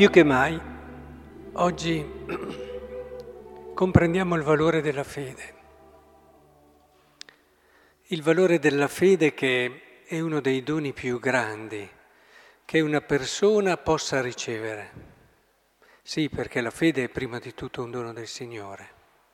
Più che mai, oggi comprendiamo il valore della fede. Il valore della fede che è uno dei doni più grandi che una persona possa ricevere. Sì, perché la fede è prima di tutto un dono del Signore.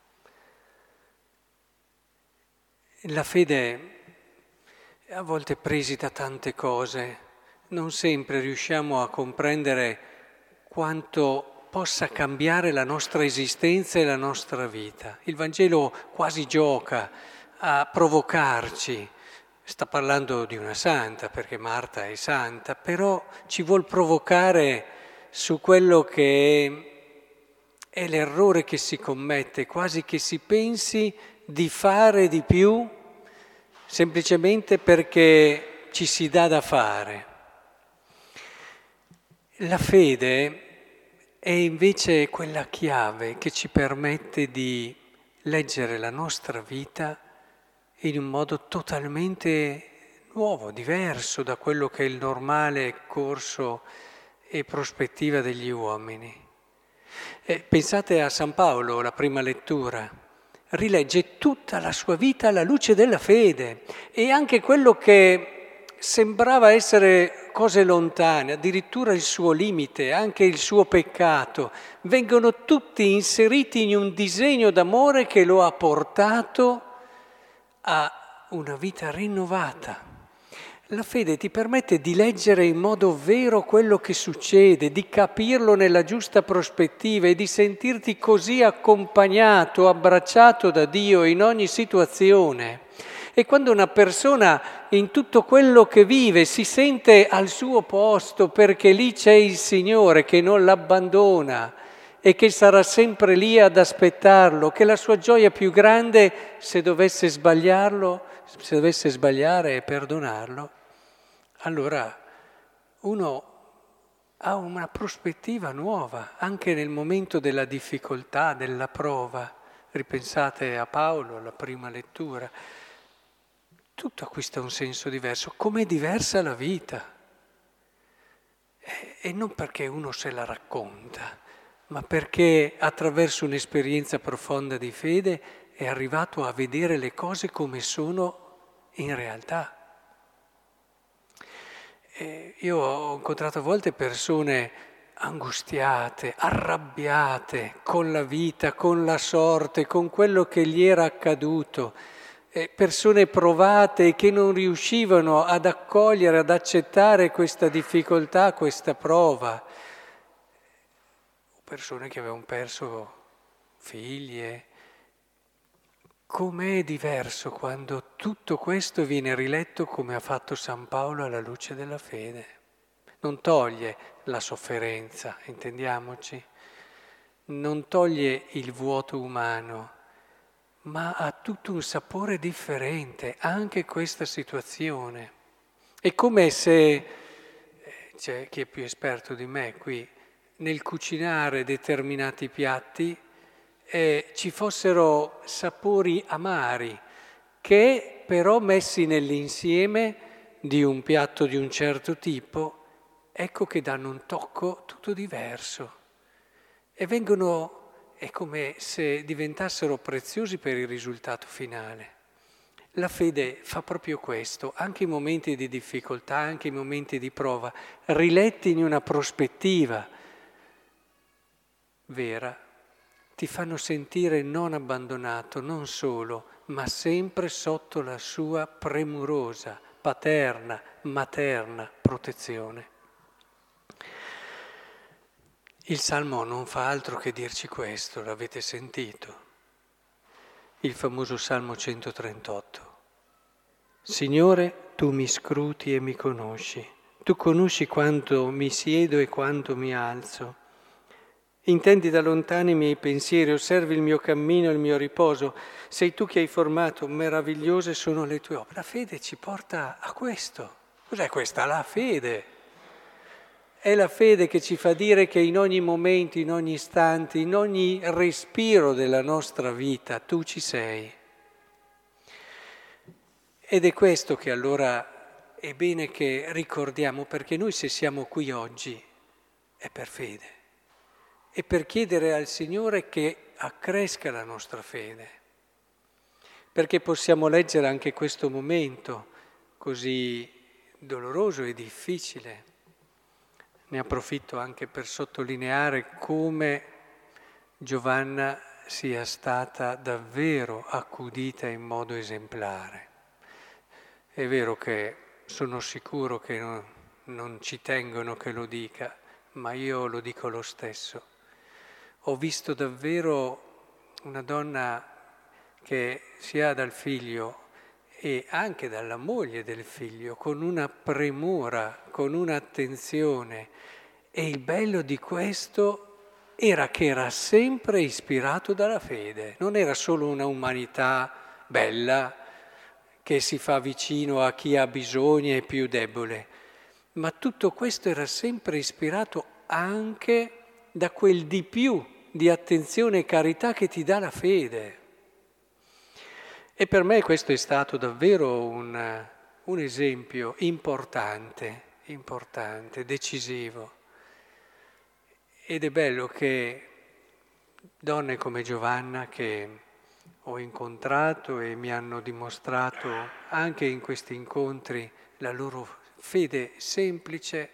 La fede a volte presi da tante cose, non sempre riusciamo a comprendere quanto possa cambiare la nostra esistenza e la nostra vita. Il Vangelo quasi gioca a provocarci. Sta parlando di una santa, perché Marta è santa, però ci vuol provocare su quello che è l'errore che si commette, quasi che si pensi di fare di più semplicemente perché ci si dà da fare. La fede è invece quella chiave che ci permette di leggere la nostra vita in un modo totalmente nuovo, diverso da quello che è il normale corso e prospettiva degli uomini. Pensate a San Paolo, la prima lettura. Rilegge tutta la sua vita alla luce della fede e anche quello che sembrava essere cose lontane, addirittura il suo limite, anche il suo peccato, vengono tutti inseriti in un disegno d'amore che lo ha portato a una vita rinnovata. La fede ti permette di leggere in modo vero quello che succede, di capirlo nella giusta prospettiva e di sentirti così accompagnato, abbracciato da Dio in ogni situazione. E quando una persona in tutto quello che vive si sente al suo posto perché lì c'è il Signore che non l'abbandona e che sarà sempre lì ad aspettarlo, che la sua gioia più grande, se dovesse sbagliare e perdonarlo, allora uno ha una prospettiva nuova, anche nel momento della difficoltà, della prova. Ripensate a Paolo, alla prima lettura. Tutto acquista un senso diverso. Com'è diversa la vita? E non perché uno se la racconta, ma perché attraverso un'esperienza profonda di fede è arrivato a vedere le cose come sono in realtà. Io ho incontrato a volte persone angustiate, arrabbiate con la vita, con la sorte, con quello che gli era accaduto, persone provate che non riuscivano ad accogliere, ad accettare questa difficoltà, questa prova. Persone che avevano perso figlie. Com'è diverso quando tutto questo viene riletto come ha fatto San Paolo alla luce della fede. Non toglie la sofferenza, intendiamoci, non toglie il vuoto umano, ma ha tutto un sapore differente, anche questa situazione. È come se, c'è chi è più esperto di me qui, nel cucinare determinati piatti ci fossero sapori amari che però messi nell'insieme di un piatto di un certo tipo, ecco che danno un tocco tutto diverso e è come se diventassero preziosi per il risultato finale. La fede fa proprio questo, anche i momenti di difficoltà, anche i momenti di prova, riletti in una prospettiva vera, ti fanno sentire non abbandonato, non solo, ma sempre sotto la sua premurosa, paterna, materna protezione. Il Salmo non fa altro che dirci questo, l'avete sentito? Il famoso Salmo 138. Signore, tu mi scruti e mi conosci, tu conosci quando mi siedo e quando mi alzo. Intendi da lontano i miei pensieri, osservi il mio cammino e il mio riposo. Sei tu che hai formato, meravigliose sono le tue opere. La fede ci porta a questo. Cos'è questa? La fede. È la fede che ci fa dire che in ogni momento, in ogni istante, in ogni respiro della nostra vita, tu ci sei. Ed è questo che allora è bene che ricordiamo, perché noi se siamo qui oggi, è per fede. E per chiedere al Signore che accresca la nostra fede. Perché possiamo leggere anche questo momento così doloroso e difficile. Ne approfitto anche per sottolineare come Giovanna sia stata davvero accudita in modo esemplare. È vero che sono sicuro che non ci tengono che lo dica, ma io lo dico lo stesso. Ho visto davvero una donna che sia dal figlio e anche dalla moglie del figlio, con una premura, con un'attenzione. E il bello di questo era che era sempre ispirato dalla fede, non era solo una umanità bella che si fa vicino a chi ha bisogno e è più debole, ma tutto questo era sempre ispirato anche da quel di più di attenzione e carità che ti dà la fede. E per me questo è stato davvero un esempio importante, decisivo. Ed è bello che donne come Giovanna, che ho incontrato e mi hanno dimostrato anche in questi incontri la loro fede semplice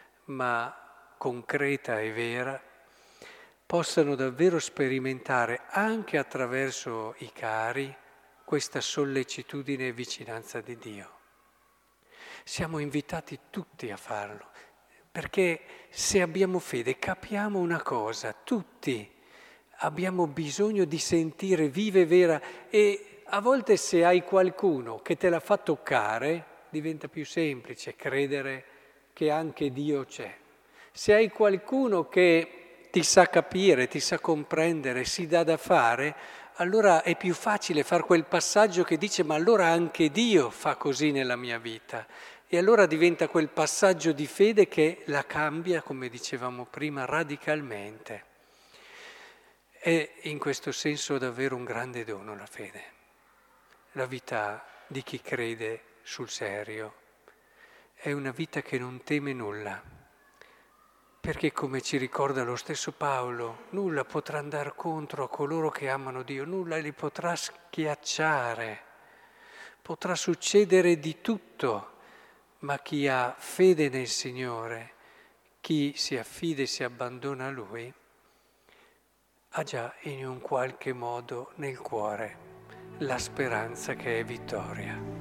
ma concreta e vera, possano davvero sperimentare anche attraverso i cari questa sollecitudine e vicinanza di Dio. Siamo invitati tutti a farlo, perché se abbiamo fede capiamo una cosa, tutti abbiamo bisogno di sentire viva e vera, e a volte se hai qualcuno che te la fa toccare diventa più semplice credere che anche Dio c'è. Se hai qualcuno che ti sa capire, ti sa comprendere, si dà da fare, allora è più facile fare quel passaggio che dice ma allora anche Dio fa così nella mia vita. E allora diventa quel passaggio di fede che la cambia, come dicevamo prima, radicalmente. È in questo senso davvero un grande dono la fede, la vita di chi crede sul serio. È una vita che non teme nulla, perché come ci ricorda lo stesso Paolo, nulla potrà andare contro a coloro che amano Dio, nulla li potrà schiacciare, potrà succedere di tutto, ma chi ha fede nel Signore, chi si affida e si abbandona a Lui, ha già in un qualche modo nel cuore la speranza che è vittoria.